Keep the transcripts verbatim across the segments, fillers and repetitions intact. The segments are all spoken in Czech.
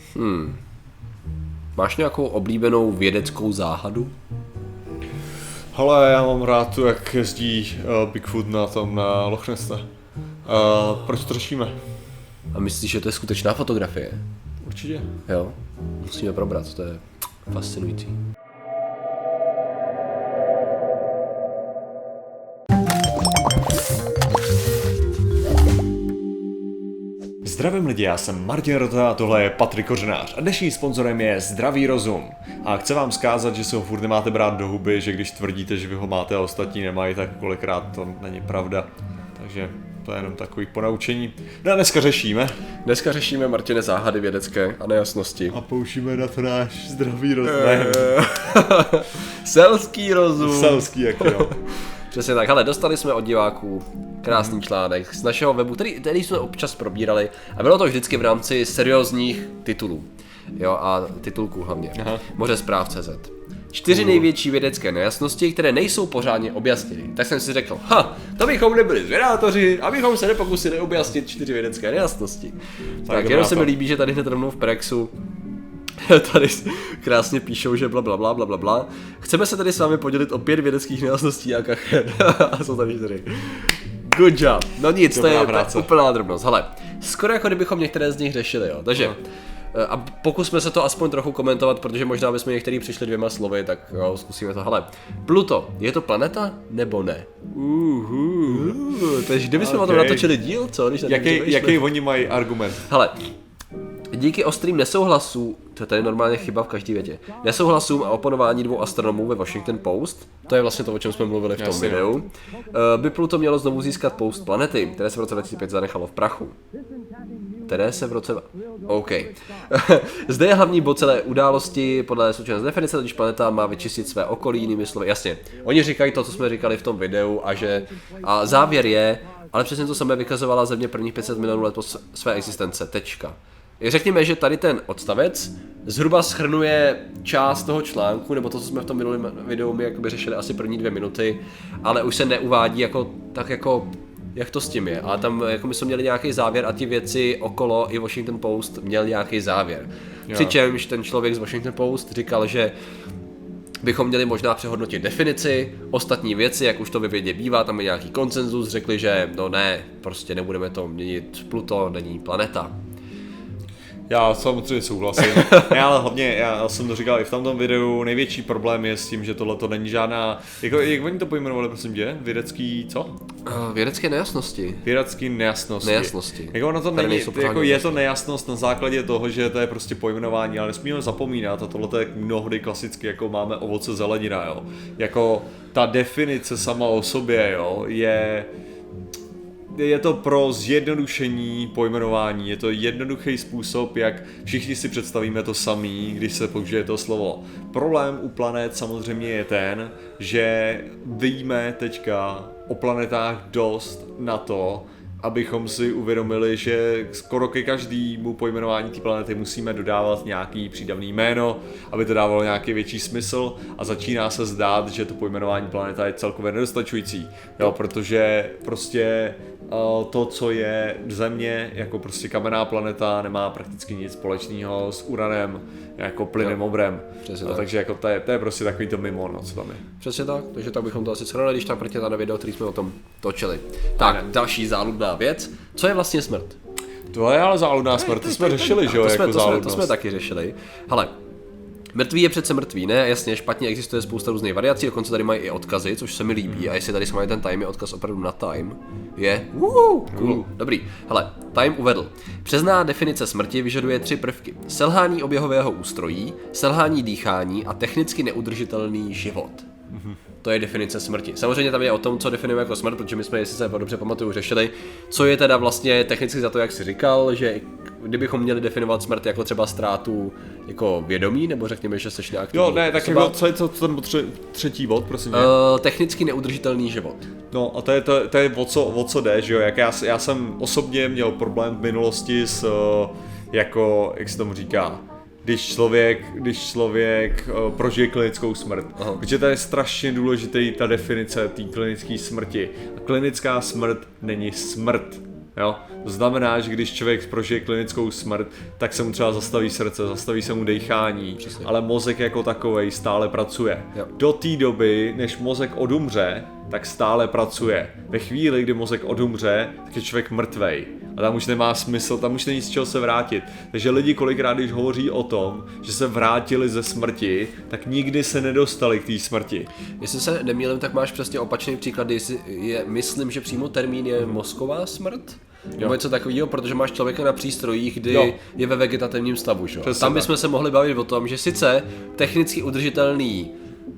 Hmm. Máš nějakou oblíbenou vědeckou záhadu? Hele, já mám rád tu, jak jezdí uh, Bigfoot na tom na Loch Nesse. Uh, proč to řešíme? A myslíš, že to je skutečná fotografie? Určitě. Jo, musíme probrat, to je fascinující. Zdravím lidi, já jsem Martin Rota a tohle je Patrik Kořenář a dnešním sponzorem je Zdravý rozum. A chci vám vzkázat, že si ho furt nemáte brát do huby, že když tvrdíte, že vy ho máte a ostatní nemají, tak kolikrát to není pravda. Takže to je jenom takový ponaučení. No a dneska řešíme. Dneska řešíme, Martine, záhady vědecké a nejasnosti. A použijeme na to náš zdravý rozum. Selský rozum. Selský, jak jo. Přesně tak, ale dostali jsme od diváků krásný článek z našeho webu, který, který jsme občas probírali a bylo to vždycky v rámci seriózních titulů. Jo, a titulků hlavně. Aha. Moře zpráv tečka cé zet. Čtyři největší vědecké nejasnosti, které nejsou pořádně objasněny. Tak jsem si řekl, ha, to bychom nebyli zvědátoři, abychom se nepokusili objasnit čtyři vědecké nejasnosti. Tak, tak jenom se mi líbí, že tady hned rovnou v Prexu tady krásně píšou, že bla bla bla bla bla bla. Chceme se tady s vámi podělit o pět vědeckých nejasností a kachet. A jsou tady čtyři. Good job. No nic, to je, to je úplná drobnost. Hele, skoro jako kdybychom některé z nich řešili, jo. Takže no. A pokusme se to aspoň trochu komentovat, protože možná bychom některý přišli dvěma slovy, tak jo, zkusíme to. Hele, Pluto, je to planeta nebo ne? Uhu. Takže kdybychom okay. o tom natočili díl, co? Když jaký, jaký oni mají argument? Hele, díky ostrým nesouhlasům, to je tady normálně chyba v každé větě, nesouhlasům a oponování dvou astronomů ve Washington Post, to je vlastně to, o čem jsme mluvili v tom Jasně, videu, jo. by Pluto mělo znovu získat post planety, které se v roce dva tisíce pět zanechalo v prachu. Které se v roce... OK. Zde je hlavní bod celé události, podle současné definice, totiž planeta má vyčistit své okolí, jinými slovy. Jasně, oni říkají to, co jsme říkali v tom videu, a že... A závěr je, ale přesně to samé vykazovala Země prvních pět set milionů let po své existence. Tečka. Řekněme, že tady ten odstavec zhruba shrnuje část toho článku, nebo to, co jsme v tom minulém videu my jakoby řešili asi první dvě minuty, ale už se neuvádí jako, tak jako, jak to s tím je. Ale tam jako my jsme měli nějaký závěr a ty věci okolo i Washington Post měl nějaký závěr. Jo. Přičemž ten člověk z Washington Post říkal, že bychom měli možná přehodnotit definici, ostatní věci, jak už to ve vědě bývá, tam je nějaký konsenzus, řekli, že no ne, prostě nebudeme to měnit, Pluto není planeta. Já samozřejmě souhlasím, já, ale hlavně, já jsem to říkal i v tomto videu, největší problém je s tím, že tohle to není žádná, jako, jak oni to pojmenovali, prosím tě, vědecký, co? Uh, vědecké nejasnosti. Vědecké nejasnosti. Nejasnosti. Jako ono to není, jako je to nejasnost na základě toho, že to je prostě pojmenování, ale nesmíme zapomínat a tohle je mnohdy klasicky, jako máme ovoce zelenina, jo. Jako ta definice sama o sobě, jo, je... Je to pro zjednodušení pojmenování, je to jednoduchý způsob, jak všichni si představíme to samý, když se použije to slovo. Problém u planet samozřejmě je ten, že víme teďka o planetách dost na to, abychom si uvědomili, že skoro ke každému pojmenování té planety musíme dodávat nějaký přídavný jméno, aby to dávalo nějaký větší smysl a začíná se zdát, že to pojmenování planeta je celkově nedostačující, jo, protože prostě to, co je Země jako prostě kamenná planeta, nemá prakticky nic společného s Uranem, jako plynem obrem. No, tak. Takže jako to, je, to je prostě takový to mimo, no, co tam je. Přesně tak, takže tak bychom to asi shrnuli, když tak proti na video, který jsme o tom točili. Tak, tak další záludná věc, co je vlastně smrt? To je ale záludná smrt, to jsme řešili, že jo, jako to záludnost. Jsme, to jsme taky řešili. Hele, mrtvý je přece mrtvý, ne? Jasně, špatně, existuje spousta různých variací, dokonce tady mají i odkazy, což se mi líbí. A jestli tady se mají ten Time, je odkaz opravdu na Time. Je? Uhu, cool. Dobrý. Hele, Time uvedl. Přesná definice smrti vyžaduje tři prvky. Selhání oběhového ústrojí, selhání dýchání a technicky neudržitelný život. To je definice smrti. Samozřejmě tam je o tom, co definujeme jako smrt, protože my jsme, jestli se dobře pamatuju, řešili, co je teda vlastně technicky za to, jak jsi říkal, že kdybychom měli definovat smrt jako třeba ztrátu jako vědomí, nebo řekněme, že seš nějak... Jo, ne, tak jako, co je to ten tři, třetí bod, prosím. Uh, technicky neudržitelný život. No a to je, to, to je o, co, o co jde, že jo, jak já, já jsem osobně měl problém v minulosti s, jako, jak se tomu říká, když člověk, když člověk uh, prožije klinickou smrt. Aha. Protože to je strašně důležitý ta definice té klinické smrti. A klinická smrt není smrt. Jo? To znamená, že když člověk prožije klinickou smrt, tak se mu třeba zastaví srdce, zastaví se mu dýchání, Přesně. ale mozek jako takovej stále pracuje. Jo. Do té doby, než mozek odumře, tak stále pracuje. Ve chvíli, kdy mozek odumře, tak je člověk mrtvej. A tam už nemá smysl, tam už není z čeho se vrátit. Takže lidi kolikrát, když hovoří o tom, že se vrátili ze smrti, tak nikdy se nedostali k té smrti. Jestli se nemýlím, tak máš přesně opačný příklad, kdy je, myslím, že přímo termín je mozková smrt? Nebo něco takového, protože máš člověka na přístrojích, kdy jo. je ve vegetativním stavu. Že? Tam bychom se mohli bavit o tom, že sice technicky udržitelný,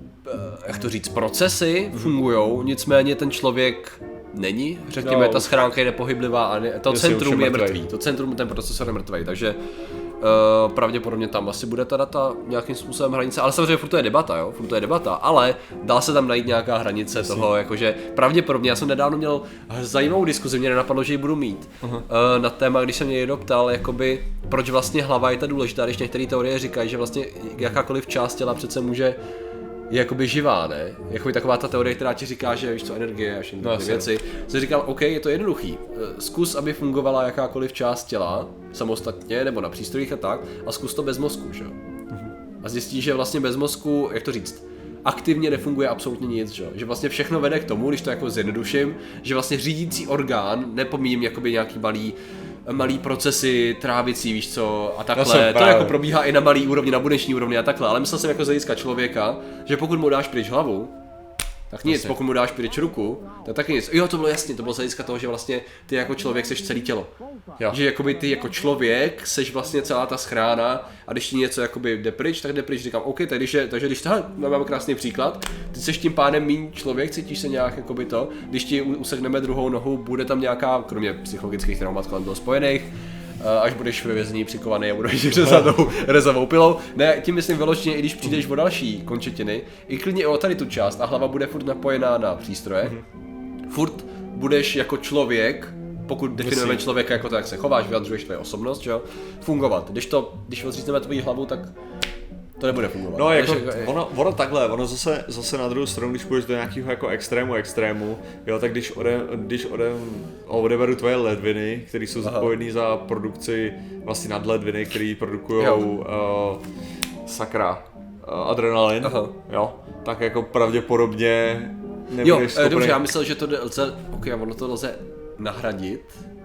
jak to říct, procesy fungujou, nicméně ten člověk není, řekněme, no, ta schránka je nepohyblivá a ne, to centrum je, je mrtvý, to centrum, ten procesor je mrtvý, takže uh, pravděpodobně tam asi bude ta data nějakým způsobem hranice, ale samozřejmě furt to je debata, jo, furt to je debata, ale dá se tam najít nějaká hranice Myslím. toho, jakože pravděpodobně, já jsem nedávno měl zajímavou diskuzi, mě nenapadlo, že ji budu mít, uh-huh. uh, na téma, když se mě někdo ptal, jakoby, proč vlastně hlava je ta důležitá, když některé teorie říkají, že vlastně jakákoliv část těla přece může je jakoby živá, ne? Jakoby taková ta teorie, která ti říká, že víš co, energie a všechny ty věci. Jsi říkal, OK, je to jednoduchý. Zkus, aby fungovala jakákoliv část těla, samostatně, nebo na přístrojích a tak, a zkus to bez mozku, že jo? A zjistíš, že vlastně bez mozku, jak to říct, aktivně nefunguje absolutně nic, že? Že vlastně všechno vede k tomu, když to jako zjednoduším, že vlastně řídící orgán, nepomíním jakoby nějaký malý malý procesy trávicí, víš co, a takhle, to jako probíhá i na malý úrovni, na buněční úrovni a takhle, ale myslel jsem jako z hlediska člověka, že pokud mu dáš pryč hlavu, tak nic, vlastně. Pokud mu dáš pryč ruku, tak taky nic. Jo, to bylo jasně, to bylo z hlediska toho, že vlastně ty jako člověk seš celý tělo. Jo. Že jakoby ty jako člověk seš vlastně celá ta schrána a když ti něco jakoby jde pryč, tak jde pryč, říkám, OK, tak když je, takže když tohle, máme krásný příklad, ty seš tím pádem míň člověk, cítíš se nějak jakoby to, když ti usekneme druhou nohu, bude tam nějaká, kromě psychologických traumat kolem toho spojených, až budeš ve vězení přikovaný a budeš řezat tou rezavou pilou. Ne, tím myslím vyloženě, i když přijdeš o další končetiny, i klidně o tady tu část a hlava bude furt napojená na přístroje, mm-hmm. furt budeš jako člověk, pokud definujeme Myslím. člověka jako to, jak se chováš, vyjadřuješ tvoje osobnost, že jo, fungovat. Když to, když odřízneme tvoji hlavu, tak to nebude fungovat. No, jako, ono, ono takhle, ono zase, zase na druhou stranu, když půjdeš do nějakého jako extrému, extrému, jo, tak když, ode, když ode, odeberu tvoje ledviny, které jsou zodpovědné za produkci vlastně nadledviny, které produkují uh, sakra, uh, adrenalin, Aha. jo, tak jako pravděpodobně nebudeš schopný... Jo, dobře, já myslel, že to lze, ok, ono to lze nahradit.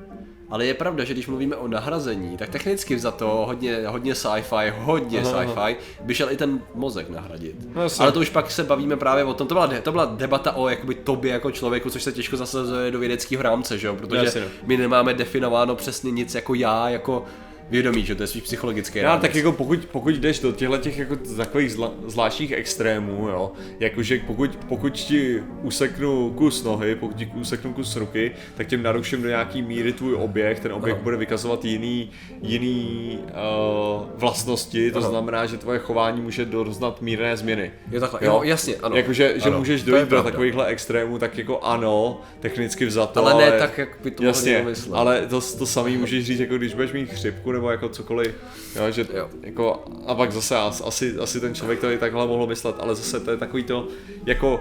Ale je pravda, že když mluvíme o nahrazení, tak technicky za to hodně, hodně sci-fi, hodně aha, sci-fi, by šel i ten mozek nahradit. No, ale to už pak se bavíme právě o tom, to byla, to byla debata o jakoby tobě jako člověku, což se těžko zasazuje do vědeckého rámce, že jo? Protože Jasně. my nemáme definováno přesně nic jako já, jako vědomí, že to je spíš psychologické. Já, tak jako pokud, pokud jdeš do těchto těch jako takových zla, zvláštních extrémů, jo, jakože pokud, pokud ti useknu kus nohy, pokud ti useknu kus ruky, tak tím naruším do nějaký míry tvůj objekt, ten objekt Aha. bude vykazovat jiný, jiný uh, vlastnosti, to Aha. znamená, že tvoje chování může doznat mírné změny. Je takhle, jo, jo jasně, ano. Jakože, že ano, můžeš dojít do takovýchhle extrémů, tak jako ano, technicky vzato, ale ne ale, tak, jak by to jasně, mohli myslet. Ale to, to samý můžeš říct, jako když budeš mít chřipku, nebo jako cokoliv, jo, že jo. Jako, a pak zase asi, asi ten člověk to i takhle mohl myslet, ale zase to je takový to, jako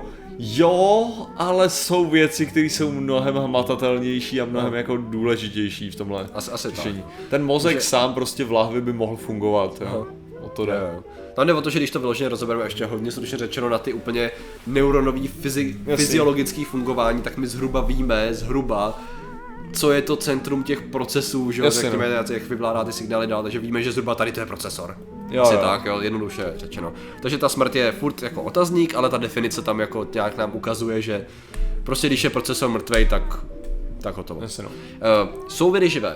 jo, ale jsou věci, které jsou mnohem hmatatelnější a mnohem no. jako důležitější v tomhle asi, asi řešení. Ten mozek že... sám prostě v lahvi by mohl fungovat, jo. O to jde. Jo. Tam jde o to, že když to vyloženě rozebereme ještě hodně slušně řečeno na ty úplně neuronový fyzi- fyziologický fungování, tak my zhruba víme, zhruba, co je to centrum těch procesů, že jo, řekněme, jak vyvládá ty signály dál, takže víme, že zhruba tady to je procesor. Jo, jo. Tak, jo, jednoduše řečeno. Takže ta smrt je furt jako otazník, ale ta definice tam jako nějak nám ukazuje, že prostě když je procesor mrtvej, tak, tak hotovo. Jasně, no. uh, jsou viry živé.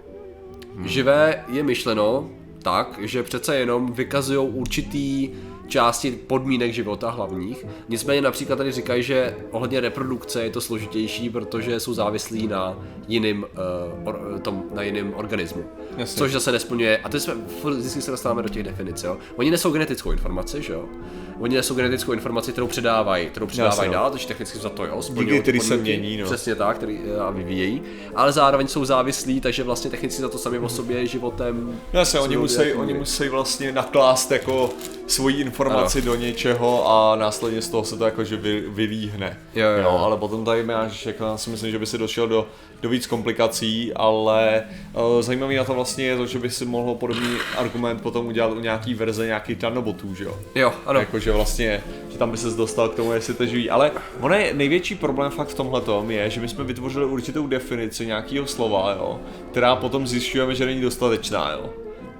Hmm. Živé je myšleno tak, že přece jenom vykazují určitý části podmínek života hlavních. Nicméně například tady říkají, že ohledně reprodukce je to složitější, protože jsou závislí na jiným, uh, or, tom, na jiném organismu. Jasně. Což zase nesplňuje, a teď jsme vždycky se dostáváme do těch definic, jo. Oni nesou genetickou informaci, že jo. Oni nesou genetickou informaci, kterou předávají, kterou předávají dál, takže technicky za to jo. Díky, který se mění, no. Přesně tak, který a vyvíjejí, ale zároveň jsou závislí, takže vlastně technicky za to sami o sobě životem. Jasně, oni musí, oni musí vlastně naklást jako svoji informaci informaci ano. do něčeho a následně z toho se to jakože vy, vylíhne. Jo, jo. Jo, ale potom tady máš, jako já si myslím, že by si došel do, do víc komplikací, ale uh, zajímavý na to vlastně je to, že by si mohl podobný argument potom udělat u nějaký verze nějakých nanobotů, že jo? Jo, ano. Jakože vlastně, že tam by ses dostal k tomu, jestli to živí. Ale ono je největší problém fakt v tomhletom je, že my jsme vytvořili určitou definici nějakého slova, jo, která potom zjišťujeme, že není dostatečná, jo.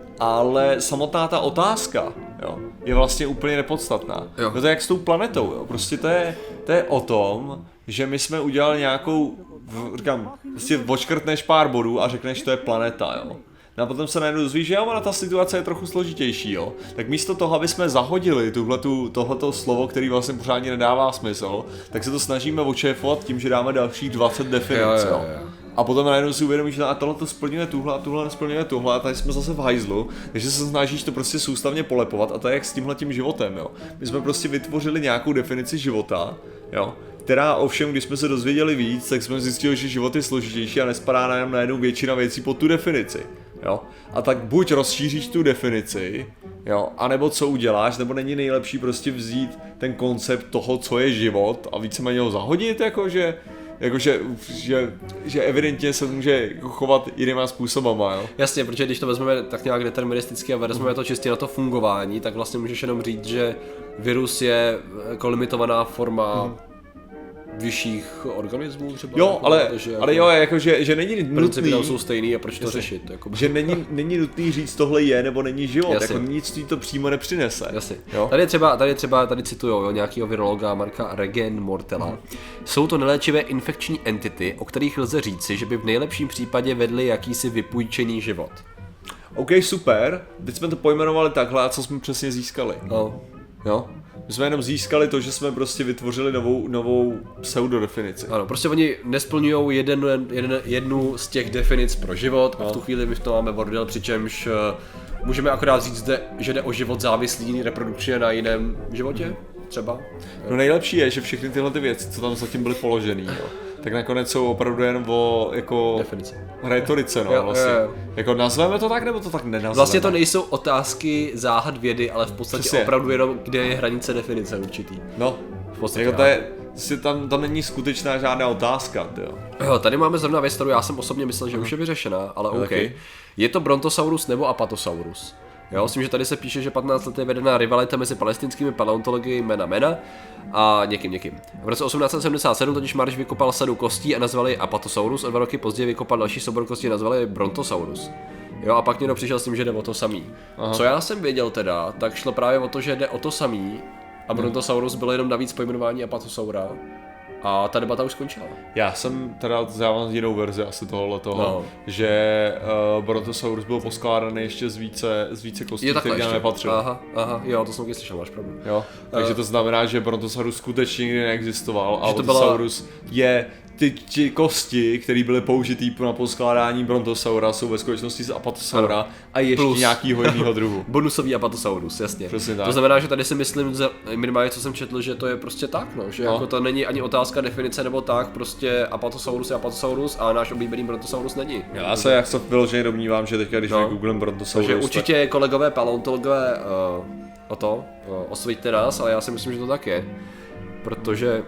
Ale samotná ta otázka, jo, je vlastně úplně nepodstatná. Jo. No to je jak s tou planetou, jo. Prostě to je, to je o tom, že my jsme udělali nějakou, říkám, prostě odškrtneš pár bodů a řekneš, to je planeta, jo. No a potom se najednou dozvíš, že jo, ona ta situace je trochu složitější, jo. Tak místo toho, aby jsme zahodili tuhletu, tohleto slovo, který vlastně pořádně nedává smysl, tak se to snažíme očefovat tím, že dáme dalších dvacet definic, jo. jo, jo. A potom najednou si uvědomíš, že tohle to splňuje tuhle a tuhle nesplňuje tuhle a tady jsme zase v hajzlu, takže se snažíš to prostě soustavně polepovat a to je jak s tímhletím životem, jo. My jsme prostě vytvořili nějakou definici života, jo, která ovšem, když jsme se dozvěděli víc, tak jsme zjistili, že život je složitější a nespadá nám najednou většina věcí pod tu definici, jo. A tak buď rozšíříš tu definici, jo, anebo co uděláš, nebo není nejlepší prostě vzít ten koncept toho, co je život a víceméně ho zahodit, jakože Jakože, že, že evidentně se může chovat jinýma způsobama, jo? Jasně, protože když to vezmeme tak nějak deterministicky a vezmeme to čistě na to fungování, tak vlastně můžeš jenom říct, že virus je jako limitovaná forma hmm. vyšších organismů třeba. Jo, jako, ale, že ale jako jo, jakože, že není nutný... Principy tam jsou stejný a proč to jasně, řešit? Jako. Že není, není nutný říct, tohle je nebo není život, jasně. jako nic ti to přímo nepřinese. Jasně. Tady třeba, tady třeba, tady cituju nějakého virologa Marka Regen Mortela. Hmm. Jsou to neléčivé infekční entity, o kterých lze říci, že by v nejlepším případě vedli jakýsi vypůjčený život. OK, super, teď jsme to pojmenovali takhle a co jsme přesně získali. No. Jo? My jsme jenom získali to, že jsme prostě vytvořili novou, novou pseudodefinici. Ano, prostě oni nesplňují jeden, jeden, jednu z těch definic pro život a v tu chvíli my v tom máme bordel, přičemž uh, můžeme akorát říct, že jde o život závislý reprodukčně na jiném životě, třeba. No nejlepší je, že všechny tyhle ty věci, co tam zatím byly položený, jo, tak nakonec jsou opravdu jen o jako definici. Rétorice, no jo, vlastně. Jo, jo. Jako nazveme to tak, nebo to tak nenazveme? Vlastně to nejsou otázky záhad vědy, ale v podstatě přesně. Opravdu jenom, kde je hranice definice určitý. No, v podstatě jako to je, si tam, tam není skutečná žádná otázka, jo. Jo, tady máme zrovna věc, kterou já jsem osobně myslel, že uh-huh. už je vyřešená, ale OK. Okay. Je to Brontosaurus nebo Apatosaurus? Jo, myslím, že tady se píše, že patnáct let je vedená rivalita mezi palestinskými paleontology Mena Mena a někým někým. V roce osmnáct set sedmdesát sedm totiž Marš vykopal sadu kostí a nazvali Apatosaurus, a dva roky později vykopal další soubor kostí a nazvali Brontosaurus. Jo, a pak někdo přišel s tím, že jde o to samý. Aha. Co já jsem věděl teda, tak šlo právě o to, že jde o to samý a Brontosaurus bylo jenom navíc pojmenování Apatosaura. A ta debata už skončila. Já jsem teda vzal jinou verzi asi tohohle toho, no. že uh, Brontosaurus byl poskládaný ještě z více, z více kostí, které nám nepatřily. Aha, aha, jo, to jsem taky slyšel, máš pravdu. Jo, takže uh, to znamená, že Brontosaurus skutečně nikdy neexistoval a Brontosaurus byla... je ty, ty kosti, které byly použitý na poskládání Brontosaura, jsou ve skutečnosti z Apatosaura ano. a ještě plus nějakýho jiného druhu. Bonusový Apatosaurus, jasně. Přesně tak. To znamená, že tady si myslím, minimálně co jsem četl, že to je prostě tak, no, že no. Jako to není ani otázka definice nebo tak, prostě Apatosaurus je Apatosaurus a náš oblíbený Brontosaurus není. Já se jak se vyloženě domnívám, že teďka, když no. googlem Brontosaurus, takže určitě tak... kolegové paleontologové uh, o to, uh, osvěďte nás, ale já si myslím, že to tak je, protože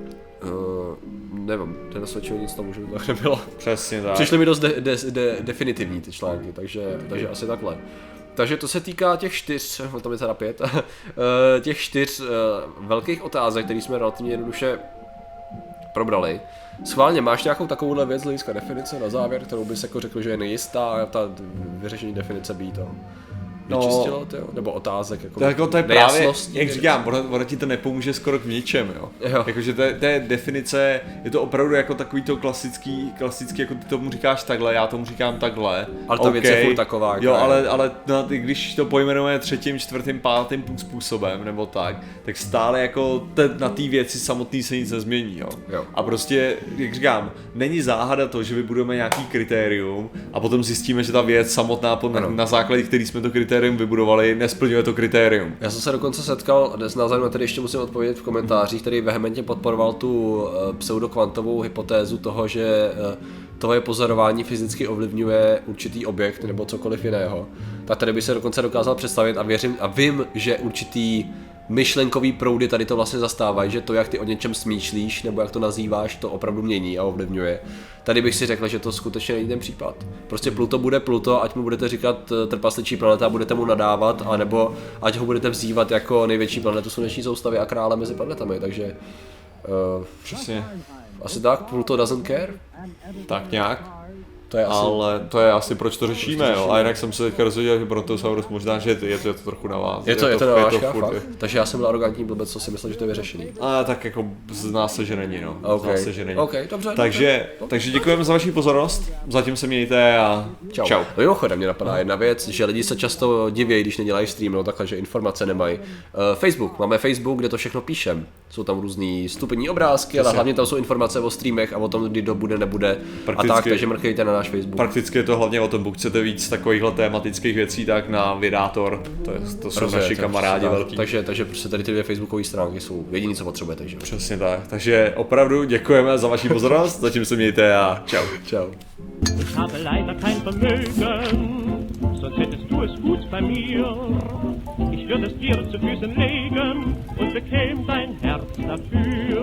uh, nevím, ten nasvědčil nic tomu, že to tak nebylo. Přesně tak. Přišly mi dost de, de, de, definitivní ty články, takže, takže asi takhle. Takže to se týká těch čtyř, to je teda pět, těch čtyř velkých otázek, které jsme relativně jednoduše probrali. Schválně, máš nějakou takovouhle věc z hlediska definice na závěr, kterou bys jako řekl, že je nejistá a ta vyřešení definice být to? Vyčistilo, no, tyjo? Nebo otázek, jako, to, jako to je právě, jak říkám, ono, ono ti to nepomůže skoro k ničem, jo. jo. Jakože to, to je definice, je to opravdu jako takový to klasický, klasický, jako ty tomu říkáš takhle, já tomu říkám takhle. Ale ta okay. věc je furt taková. Jo, ale, ale no, ty, když to pojmenuje třetím, čtvrtým, pátým způsobem, nebo tak, tak stále jako te, na té věci samotný se nic nezmění, jo. jo. A prostě, jak říkám, není záhada to, že vybudujeme nějaký kritérium a potom zjistíme, že ta věc samotná, na, na základě který jsme to kritérium vybudovali, nesplňuje to kritérium. Já jsem se dokonce setkal, dnes na závěr tady ještě musím odpovědět v komentářích, který vehementně podporoval tu uh, pseudokvantovou hypotézu toho, že uh, tvoje pozorování fyzicky ovlivňuje určitý objekt nebo cokoliv jiného, tak tady by se dokonce dokázal představit a věřím a vím, že určitý myšlenkový proudy tady to vlastně zastávají, že to, jak ty o něčem smýšlíš nebo jak to nazýváš, to opravdu mění a ovlivňuje. Tady bych si řekl, že to skutečně není ten případ. Prostě Pluto bude Pluto, ať mu budete říkat trpasličí planeta a budete mu nadávat, anebo ať ho budete vzývat jako největší planetu sluneční soustavy a krále mezi planetami, takže... Uh, Přesně. Asi tak, Pluto doesn't care? Tak nějak. To je asi... Ale to je asi proč to řešíme, jo. A jinak jsem se teďka rozhodil, že Brontosaurus možná, že je to, je to, je to trochu na vás. Je to, je to, je to na váška, furt, fakt? Takže já jsem byl arrogantní blbec, co si myslel, že to je vyřešený. A tak jako zná se, že není, no. Okay. Zná se, že není. Okay, dobře, takže, dobře. takže děkujeme za vaši pozornost, zatím se mějte a čau. čau. No mimochodem mě napadá jedna věc, že lidi se často divějí, když nedělají stream, no takhle, že informace nemají. Uh, Facebook, máme Facebook, kde to všechno píšem. Jsou tam různý stupení obrázky, ale hlavně tam jsou informace o streamech a o tom, kdy to bude, nebude. Prakticky, a tak, takže mrkejte na náš Facebook. Prakticky je to hlavně o tom, pokud chcete víc takovýchhle tématických věcí, tak na Vydátor, to, je, to jsou Rozumím, naši kamarádi velký. Takže, takže prostě tady ty dvě facebookové stránky jsou jediný, co potřebujete. Takže. Přesně tak, takže opravdu děkujeme za vaši pozornost, zatím se mějte a čau. Čau. Ich habe leider kein Vermögen, sonst hättest du es gut bei mir. Ich würde es dir zu Füßen legen und bekäm dein Herz dafür.